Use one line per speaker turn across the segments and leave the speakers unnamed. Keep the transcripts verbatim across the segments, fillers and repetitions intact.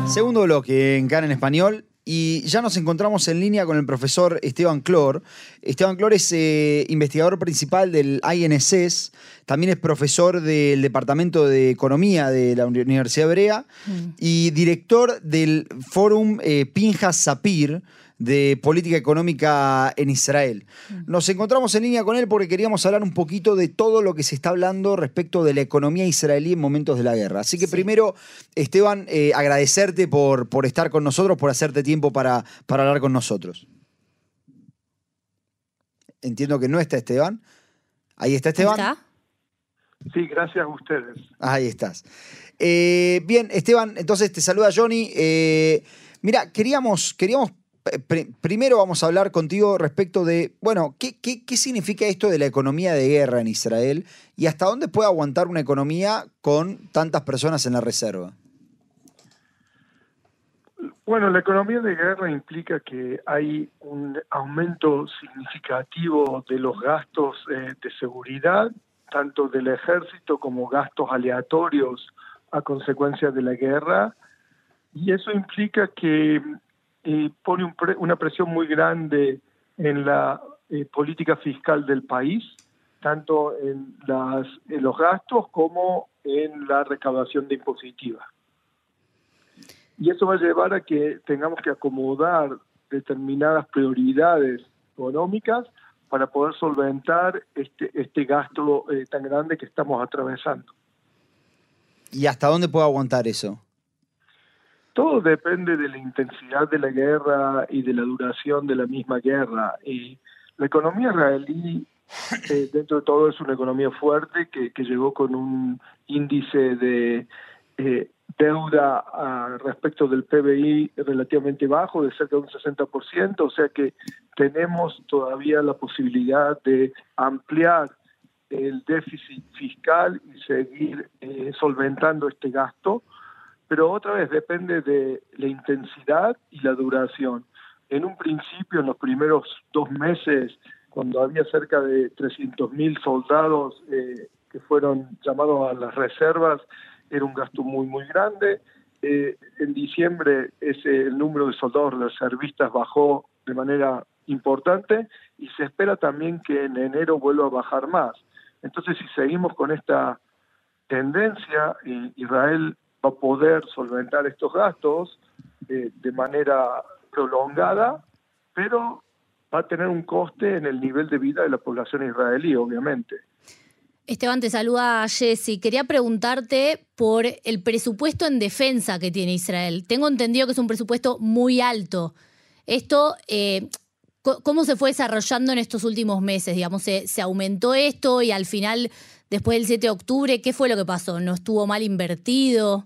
Segundo bloque en CAN en español. Y ya nos encontramos en línea con el profesor Esteban Clor. Esteban Clor es eh, investigador principal del I N S S, también es profesor del Departamento de Economía de la Universidad Hebrea mm. y director del Fórum eh, Pinhas Sapir de Política Económica en Israel. Mm. Nos encontramos en línea con él porque queríamos hablar un poquito de todo lo que se está hablando respecto de la economía israelí en momentos de la guerra. Así que sí. primero, Esteban, eh, agradecerte por, por estar con nosotros, por hacerte tiempo para, para hablar con nosotros. Entiendo que no está Esteban. Ahí está Esteban.
¿Está?
Sí, gracias a ustedes.
Ahí estás. Eh, bien, Esteban, entonces te saluda Johnny. Eh, mira, queríamos, queríamos pr primero vamos a hablar contigo respecto de, bueno, ¿qué, qué, ¿qué significa esto de la economía de guerra en Israel y hasta dónde puede aguantar una economía con tantas personas en la reserva?
Bueno, la economía de guerra implica que hay un aumento significativo de los gastos eh, de seguridad, tanto del ejército como gastos aleatorios a consecuencia de la guerra, y eso implica que eh, pone un pre una presión muy grande en la eh, política fiscal del país, tanto en, las, en los gastos como en la recaudación de impositiva. Y eso va a llevar a que tengamos que acomodar determinadas prioridades económicas para poder solventar este, este gasto eh, tan grande que estamos atravesando.
¿Y hasta dónde puede aguantar eso?
Todo depende de la intensidad de la guerra y de la duración de la misma guerra. Y la economía israelí, eh, dentro de todo, es una economía fuerte que, que llegó con un índice de eh, deuda uh, respecto del P B I relativamente bajo, de cerca de un sesenta por ciento, o sea que tenemos todavía la posibilidad de ampliar el déficit fiscal y seguir eh, solventando este gasto, pero otra vez depende de la intensidad y la duración. En un principio, en los primeros dos meses, cuando había cerca de trescientos mil soldados eh, que fueron llamados a las reservas, era un gasto muy, muy grande. Eh, en diciembre ese, el número de soldados reservistas bajó de manera importante y se espera también que en enero vuelva a bajar más. Entonces, si seguimos con esta tendencia, eh, Israel va a poder solventar estos gastos eh, de manera prolongada, pero va a tener un coste en el nivel de vida de la población israelí, obviamente.
Esteban, te saluda Jessy. Quería preguntarte por el presupuesto en defensa que tiene Israel. Tengo entendido que es un presupuesto muy alto. Esto, eh, ¿cómo se fue desarrollando en estos últimos meses? Digamos, ¿se, se aumentó esto y al final, después del siete de octubre, qué fue lo que pasó? ¿No estuvo mal invertido?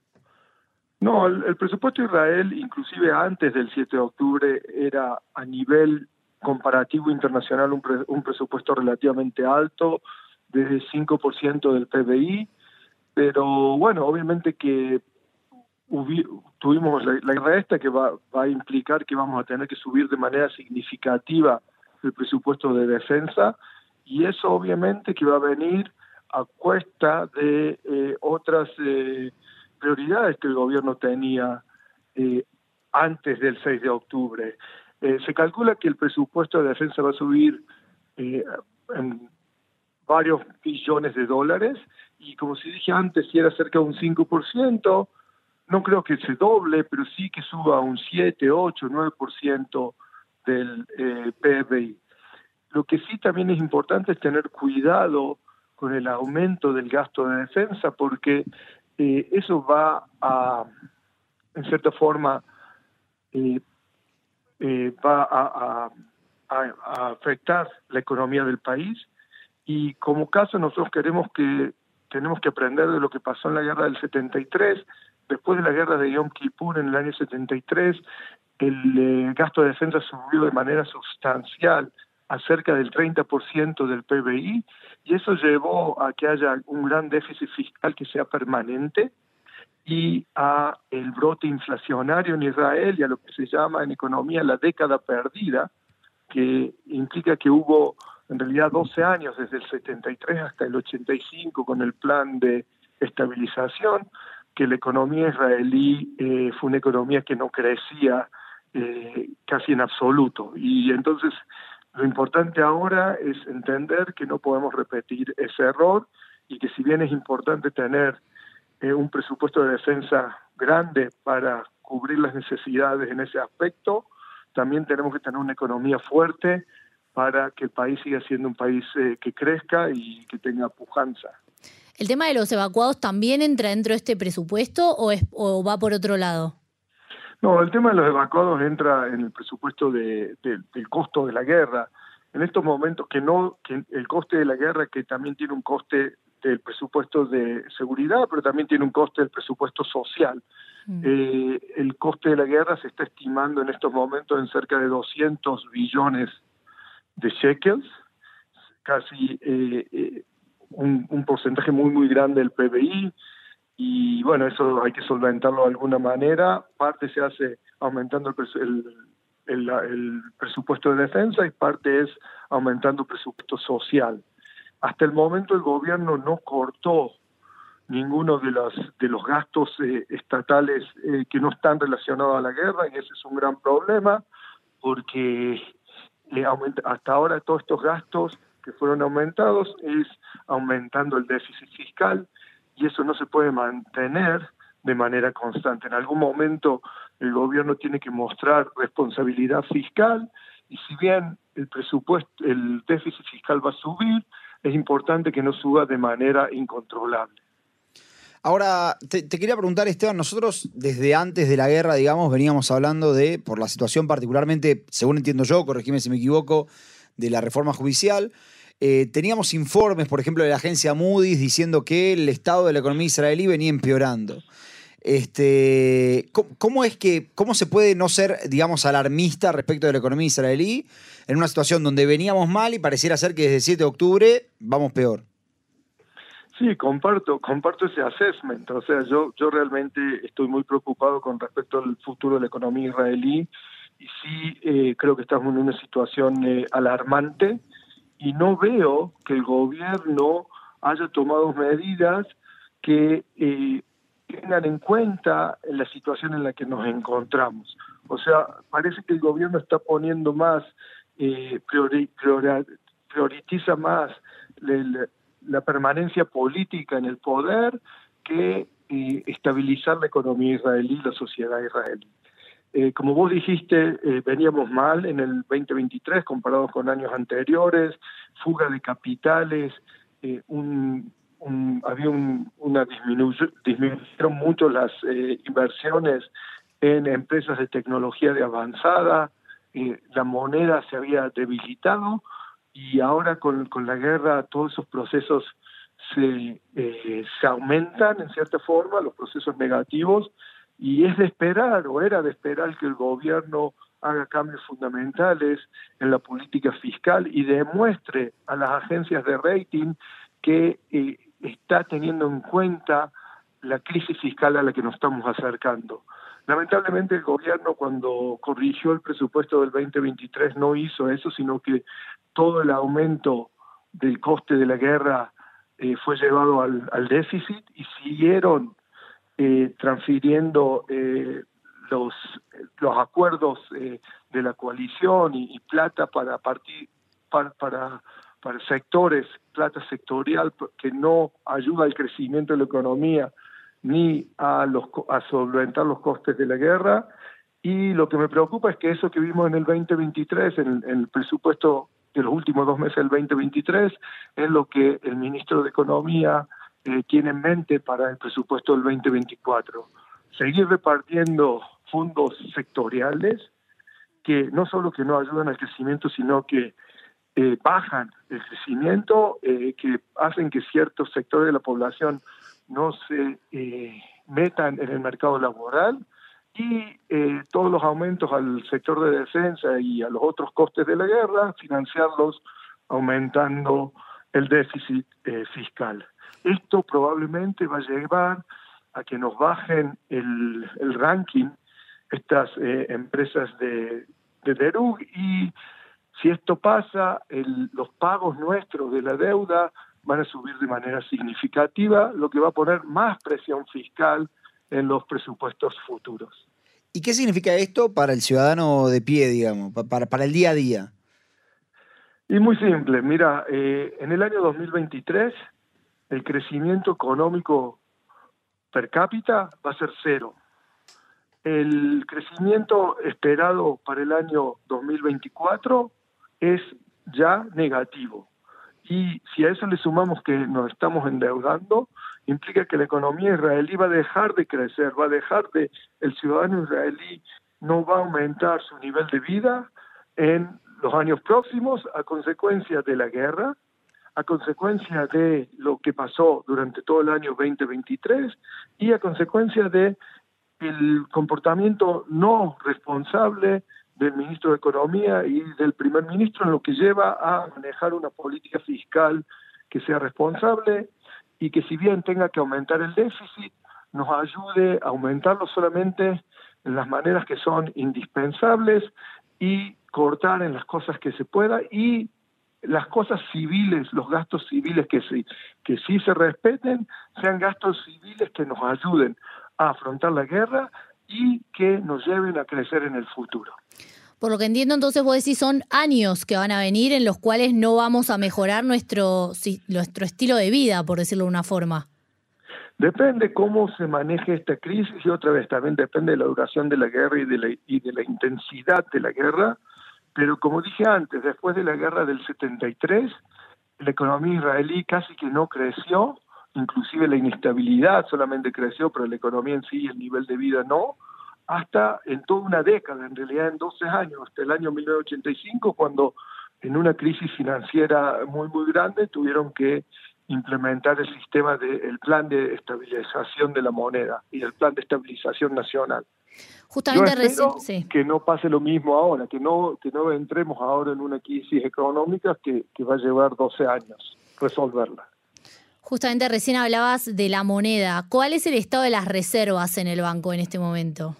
No, el, el presupuesto de Israel, inclusive antes del siete de octubre, era a nivel comparativo internacional un, pre, un presupuesto relativamente alto, de cinco por ciento del P B I, pero bueno, obviamente que hubi, tuvimos la, la guerra esta que va, va a implicar que vamos a tener que subir de manera significativa el presupuesto de defensa, y eso obviamente que va a venir a cuesta de eh, otras eh, prioridades que el gobierno tenía eh, antes del seis de octubre. Eh, se calcula que el presupuesto de defensa va a subir eh, en varios billones de dólares, y como se dije antes, si era cerca de un cinco por ciento, no creo que se doble, pero sí que suba a un siete, ocho, nueve por ciento del eh, P B I. Lo que sí también es importante es tener cuidado con el aumento del gasto de defensa, porque eh, eso va a, en cierta forma, eh, eh, va a, a, a afectar la economía del país. Y como caso nosotros queremos que tenemos que aprender de lo que pasó en la guerra del setenta y tres. Después de la guerra de Yom Kippur en el año setenta y tres, el eh, gasto de defensa subió de manera sustancial a cerca del treinta por ciento del P B I, y eso llevó a que haya un gran déficit fiscal que sea permanente y a el brote inflacionario en Israel y a lo que se llama en economía la década perdida, que implica que hubo en realidad doce años, desde el setenta y tres hasta el ochenta y cinco, con el plan de estabilización, que la economía israelí eh, fue una economía que no crecía eh, casi en absoluto. Y entonces lo importante ahora es entender que no podemos repetir ese error y que si bien es importante tener eh, un presupuesto de defensa grande para cubrir las necesidades en ese aspecto, también tenemos que tener una economía fuerte para que el país siga siendo un país eh, que crezca y que tenga pujanza.
¿El tema de los evacuados también entra dentro de este presupuesto o, es, o va por otro lado?
No, el tema de los evacuados entra en el presupuesto de, de, del costo de la guerra. En estos momentos, que no, que el coste de la guerra, que también tiene un coste del presupuesto de seguridad, pero también tiene un coste del presupuesto social. Mm. Eh, el coste de la guerra se está estimando en estos momentos en cerca de doscientos billones de shekels, casi eh, eh, un, un porcentaje muy, muy grande del P B I, y bueno, eso hay que solventarlo de alguna manera. Parte se hace aumentando el, el, el, el presupuesto de defensa y parte es aumentando el presupuesto social. Hasta el momento el gobierno no cortó ninguno de los, de los gastos eh, estatales eh, que no están relacionados a la guerra, y ese es un gran problema, porque eh, aumenta, hasta ahora todos estos gastos que fueron aumentados es aumentando el déficit fiscal, y eso no se puede mantener de manera constante. En algún momento el gobierno tiene que mostrar responsabilidad fiscal, y si bien el presupuesto, el déficit fiscal va a subir, es importante que no suba de manera incontrolable.
Ahora, te, te quería preguntar, Esteban, nosotros desde antes de la guerra, digamos, veníamos hablando de, por la situación particularmente, según entiendo yo, corregime si me equivoco, de la reforma judicial. Eh, teníamos informes, por ejemplo, de la agencia Moody's diciendo que el estado de la economía israelí venía empeorando. Este, ¿cómo, cómo es que, cómo se puede no ser, digamos, alarmista respecto de la economía israelí en una situación donde veníamos mal y pareciera ser que desde el siete de octubre vamos peor?
Sí, comparto, comparto ese assessment. O sea, yo, yo realmente estoy muy preocupado con respecto al futuro de la economía israelí, y sí eh, creo que estamos en una situación eh, alarmante, y no veo que el gobierno haya tomado medidas que eh, tengan en cuenta la situación en la que nos encontramos. O sea, parece que el gobierno está poniendo más, eh, priori, priori, prioriza más el, la permanencia política en el poder que eh, estabilizar la economía israelí, la sociedad israelí. Eh, como vos dijiste, eh, veníamos mal en el veinte veintitrés comparados con años anteriores, fuga de capitales, eh, un, un, había un, una disminución, disminuyeron mucho las eh, inversiones en empresas de tecnología de avanzada, eh, la moneda se había debilitado, y ahora con, con la guerra todos esos procesos se, eh, se aumentan en cierta forma, los procesos negativos, y es de esperar, o era de esperar, que el gobierno haga cambios fundamentales en la política fiscal y demuestre a las agencias de rating que eh, está teniendo en cuenta la crisis fiscal a la que nos estamos acercando. Lamentablemente el gobierno, cuando corrigió el presupuesto del veinte veintitrés, no hizo eso, sino que todo el aumento del coste de la guerra eh, fue llevado al, al déficit, y siguieron eh, transfiriendo eh, los, los acuerdos eh, de la coalición y, y plata para, partir, para, para, para sectores, plata sectorial que no ayuda al crecimiento de la economía ni a, los, a solventar los costes de la guerra. Y lo que me preocupa es que eso que vimos en el veinte veintitrés, en, en el presupuesto de los últimos dos meses del veinte veintitrés, es lo que el ministro de Economía eh, tiene en mente para el presupuesto del veinte veinticuatro. Seguir repartiendo fondos sectoriales que no solo que no ayudan al crecimiento, sino que eh, bajan el crecimiento, eh, que hacen que ciertos sectores de la población no se eh, metan en el mercado laboral, y eh, todos los aumentos al sector de defensa y a los otros costes de la guerra, financiarlos aumentando el déficit eh, fiscal. Esto probablemente va a llevar a que nos bajen el, el ranking estas eh, empresas de, de Derug, y si esto pasa, el, los pagos nuestros de la deuda van a subir de manera significativa, lo que va a poner más presión fiscal en los presupuestos futuros.
¿Y qué significa esto para el ciudadano de pie, digamos, para, para el día a día?
Y muy simple, mira, eh, en el año dos mil veintitrés el crecimiento económico per cápita va a ser cero. El crecimiento esperado para el año dos mil veinticuatro es ya negativo. Y si a eso le sumamos que nos estamos endeudando, implica que la economía israelí va a dejar de crecer, va a dejar de, el ciudadano israelí no va a aumentar su nivel de vida en los años próximos a consecuencia de la guerra, a consecuencia de lo que pasó durante todo el año veinte veintitrés y a consecuencia de el comportamiento no responsable del ministro de Economía y del primer ministro en lo que lleva a manejar una política fiscal que sea responsable y que si bien tenga que aumentar el déficit, nos ayude a aumentarlo solamente en las maneras que son indispensables y cortar en las cosas que se pueda y las cosas civiles, los gastos civiles que sí, que sí se respeten, sean gastos civiles que nos ayuden a afrontar la guerra y que nos lleven a crecer en el futuro.
Por lo que entiendo, entonces vos decís son años que van a venir en los cuales no vamos a mejorar nuestro, nuestro estilo de vida, por decirlo de una forma.
Depende cómo se maneje esta crisis y otra vez también depende de la duración de la guerra y de la, y de la intensidad de la guerra. Pero como dije antes, después de la guerra del setenta y tres, la economía israelí casi que no creció, inclusive la inestabilidad solamente creció, pero la economía en sí y el nivel de vida no, hasta en toda una década, en realidad en doce años, hasta el año mil novecientos ochenta y cinco, cuando en una crisis financiera muy, muy grande tuvieron que implementar el sistema del plan de estabilización de la moneda y el plan de estabilización nacional.
Justamente
Yo espero
reci- sí.
que no pase lo mismo ahora, que no que no entremos ahora en una crisis económica que, que va a llevar doce años resolverla.
Justamente recién hablabas de la moneda. ¿Cuál es el estado de las reservas en el banco en este momento?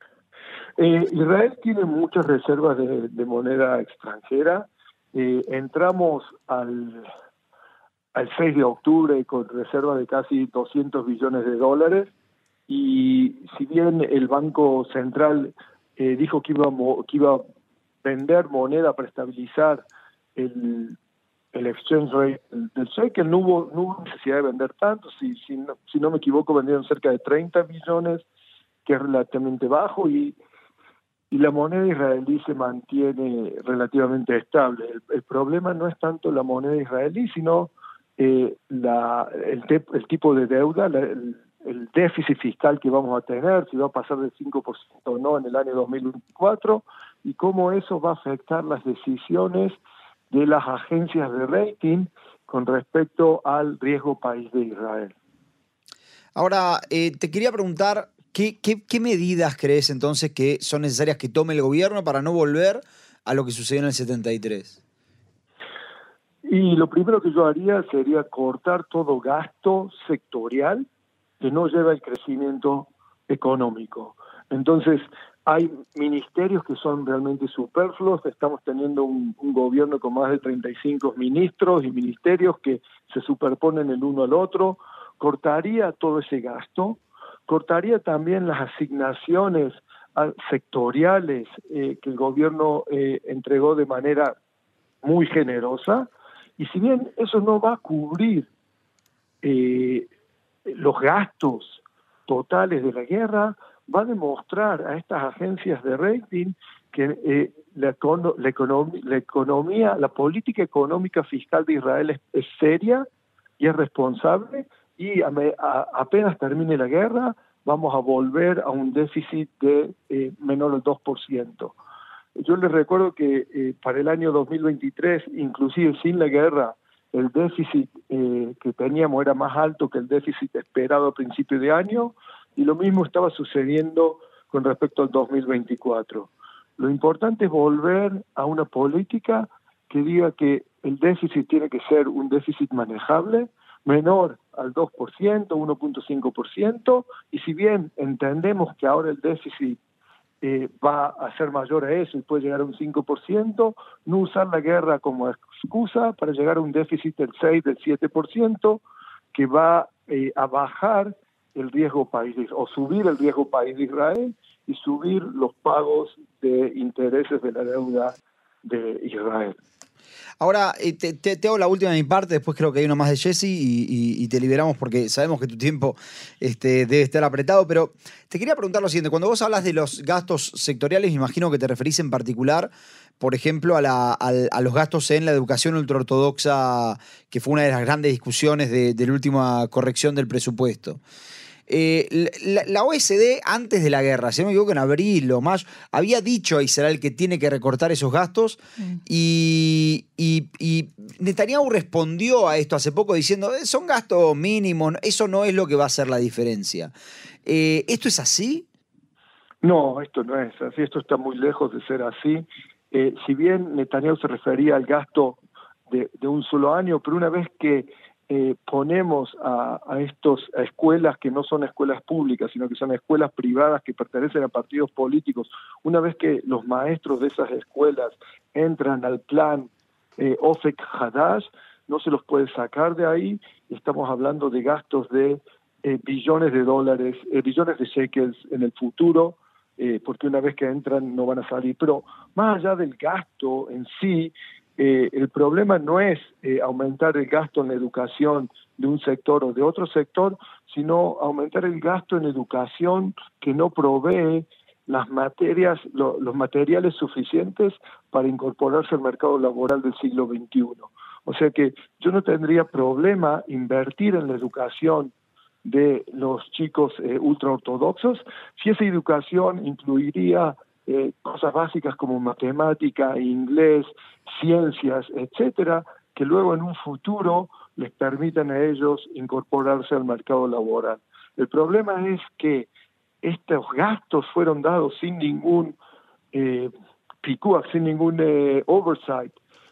Eh, Israel tiene muchas reservas de, de moneda extranjera. Eh, entramos al, al seis de octubre con reservas de casi doscientos billones de dólares. Y si bien el Banco Central eh, dijo que iba, a, que iba a vender moneda para estabilizar el, el exchange rate del shekel, no hubo, no hubo necesidad de vender tanto. Si, si, no, si no me equivoco, vendieron cerca de treinta billones, que es relativamente bajo, y, y la moneda israelí se mantiene relativamente estable. El, el problema no es tanto la moneda israelí, sino eh, la, el, te, el tipo de deuda, la, el, el déficit fiscal que vamos a tener, si va a pasar del cinco por ciento o no en el año dos mil veinticuatro, y cómo eso va a afectar las decisiones de las agencias de rating con respecto al riesgo país de Israel.
Ahora, eh, te quería preguntar, ¿qué, qué, ¿qué medidas crees entonces que son necesarias que tome el gobierno para no volver a lo que sucedió en el setenta y tres?
Y lo primero que yo haría sería cortar todo gasto sectorial que no lleva al crecimiento económico. Entonces, hay ministerios que son realmente superfluos, estamos teniendo un, un gobierno con más de treinta y cinco ministros y ministerios que se superponen el uno al otro. Cortaría todo ese gasto, cortaría también las asignaciones sectoriales eh, que el gobierno eh, entregó de manera muy generosa, y si bien eso no va a cubrir eh, los gastos totales de la guerra, va a demostrar a estas agencias de rating que eh, la, econo la, econom la economía, la política económica fiscal de Israel es, es seria y es responsable, y a me, a, apenas termine la guerra vamos a volver a un déficit de eh, menor del dos por ciento. Yo les recuerdo que eh, para el año dos mil veintitrés, inclusive sin la guerra, el déficit eh, que teníamos era más alto que el déficit esperado a principio de año, y lo mismo estaba sucediendo con respecto al dos mil veinticuatro. Lo importante es volver a una política que diga que el déficit tiene que ser un déficit manejable, menor al dos por ciento, uno punto cinco por ciento, y si bien entendemos que ahora el déficit Eh, va a ser mayor a eso y puede llegar a un cinco por ciento, no usar la guerra como excusa para llegar a un déficit del seis, del siete por ciento, que va eh, a bajar el riesgo país de, o subir el riesgo país de Israel y subir los pagos de intereses de la deuda de Israel.
Ahora, eh, te, te, te hago la última de mi parte, después creo que hay una más de Jesse y, y, y te liberamos porque sabemos que tu tiempo este, debe estar apretado, pero te quería preguntar lo siguiente, cuando vos hablas de los gastos sectoriales, me imagino que te referís en particular, por ejemplo, a, la, a, a los gastos en la educación ultraortodoxa, que fue una de las grandes discusiones de, de la última corrección del presupuesto. Eh, la, la O E C D, antes de la guerra, si no me equivoco, en abril o mayo, había dicho a Israel que tiene que recortar esos gastos mm. y, y, y Netanyahu respondió a esto hace poco diciendo, eh, son gastos mínimos, eso no es lo que va a hacer la diferencia. Eh, ¿Esto es así?
No, esto no es así, esto está muy lejos de ser así. Eh, si bien Netanyahu se refería al gasto de, de un solo año, pero una vez que Eh, ponemos a, a estos a escuelas que no son escuelas públicas, sino que son escuelas privadas que pertenecen a partidos políticos, una vez que los maestros de esas escuelas entran al plan eh, Ofek Hadash, no se los puede sacar de ahí, estamos hablando de gastos de eh, billones de dólares, eh, billones de shekels en el futuro, eh, porque una vez que entran no van a salir. Pero más allá del gasto en sí, Eh, el problema no es eh, aumentar el gasto en la educación de un sector o de otro sector, sino aumentar el gasto en educación que no provee las materias, lo, los materiales suficientes para incorporarse al mercado laboral del siglo veintiuno. O sea que yo no tendría problema invertir en la educación de los chicos eh, ultraortodoxos si esa educación incluiría Eh, cosas básicas como matemática, inglés, ciencias, etcétera, que luego en un futuro les permitan a ellos incorporarse al mercado laboral. El problema es que estos gastos fueron dados sin ningún eh, picúa, sin ningún eh, oversight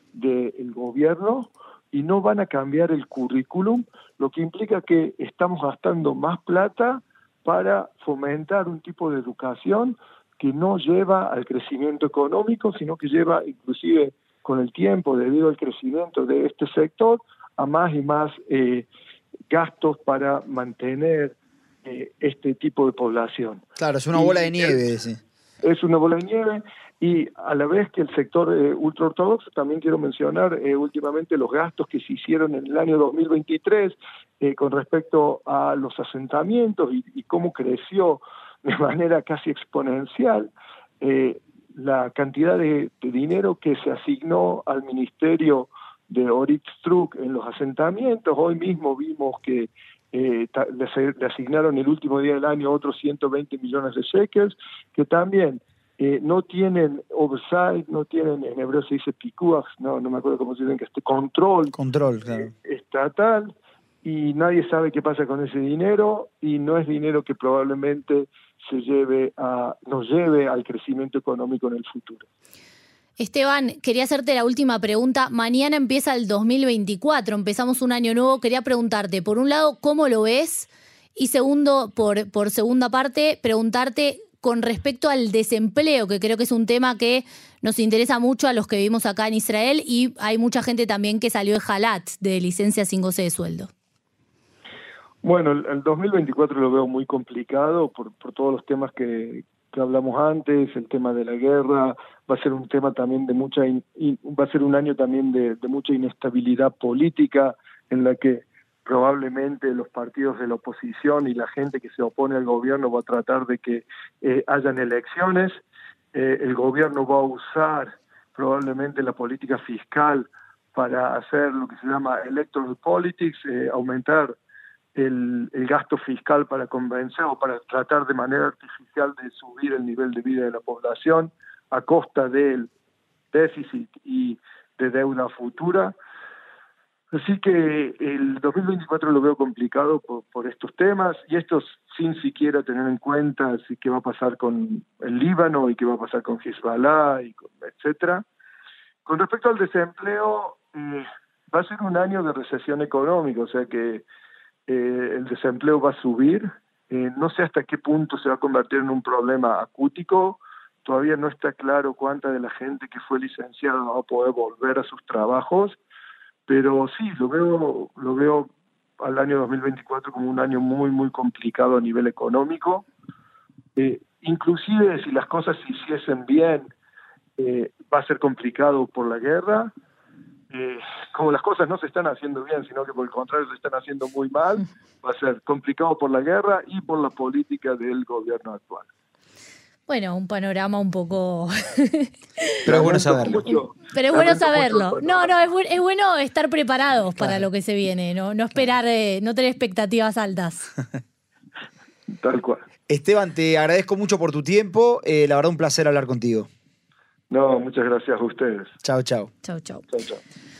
del gobierno y no van a cambiar el currículum, lo que implica que estamos gastando más plata para fomentar un tipo de educación que no lleva al crecimiento económico, sino que lleva inclusive con el tiempo, debido al crecimiento de este sector, a más y más eh, gastos para mantener eh, este tipo de población.
Claro, es una bola y de nieve. Es, sí.
es una bola de nieve y a la vez que el sector eh, ultraortodoxo, también quiero mencionar eh, últimamente los gastos que se hicieron en el año dos mil veintitrés eh, con respecto a los asentamientos y, y cómo creció de manera casi exponencial eh, la cantidad de, de dinero que se asignó al ministerio de Orit Struk en los asentamientos. Hoy mismo vimos que eh, le, le asignaron el último día del año otros ciento veinte millones de shekels, que también eh, no tienen oversight, no tienen, en hebreo se dice pikuach, no, no me acuerdo cómo se dice, que este control,
control claro.
eh, estatal, y nadie sabe qué pasa con ese dinero, y no es dinero que probablemente se lleve a, nos lleve al crecimiento económico en el futuro.
Esteban, quería hacerte la última pregunta. Mañana empieza el dos mil veinticuatro, empezamos un año nuevo. Quería preguntarte, por un lado, ¿cómo lo ves? Y segundo, por, por segunda parte, preguntarte con respecto al desempleo, que creo que es un tema que nos interesa mucho a los que vivimos acá en Israel, y hay mucha gente también que salió de Halat, de licencia sin goce de sueldo.
Bueno, el, el dos mil veinticuatro lo veo muy complicado por, por todos los temas que, que hablamos antes, el tema de la guerra, va a ser un tema también de mucha, in, in, va a ser un año también de, de mucha inestabilidad política, en la que probablemente los partidos de la oposición y la gente que se opone al gobierno va a tratar de que eh, hayan elecciones, eh, el gobierno va a usar probablemente la política fiscal para hacer lo que se llama electoral politics, eh, aumentar El, el gasto fiscal para convencer o para tratar de manera artificial de subir el nivel de vida de la población a costa del déficit y de deuda futura. Así que el dos mil veinticuatro lo veo complicado por, por estos temas, y estos sin siquiera tener en cuenta si qué va a pasar con el Líbano y qué va a pasar con Hezbollah, y con, etcétera. Con respecto al desempleo, eh, va a ser un año de recesión económica, o sea que Eh, el desempleo va a subir, eh, no sé hasta qué punto se va a convertir en un problema acútico, todavía no está claro cuánta de la gente que fue licenciada va a poder volver a sus trabajos, pero sí, lo veo, lo veo al año dos mil veinticuatro como un año muy, muy complicado a nivel económico. Eh, inclusive si las cosas se hiciesen bien, eh, va a ser complicado por la guerra. Eh, como las cosas no se están haciendo bien, sino que por el contrario se están haciendo muy mal, va a ser complicado por la guerra y por la política del gobierno actual.
Bueno, un panorama un poco...
Pero es bueno saberlo.
Mucho,
Pero es bueno saberlo. No, no, es, bu es bueno estar preparados para claro. lo que se viene, no, no esperar, eh, no tener expectativas altas.
Tal cual.
Esteban, te agradezco mucho por tu tiempo. Eh, la verdad, un placer hablar contigo.
No, muchas gracias a ustedes.
Chao, chao.
Chao, chao.
Chao, chao.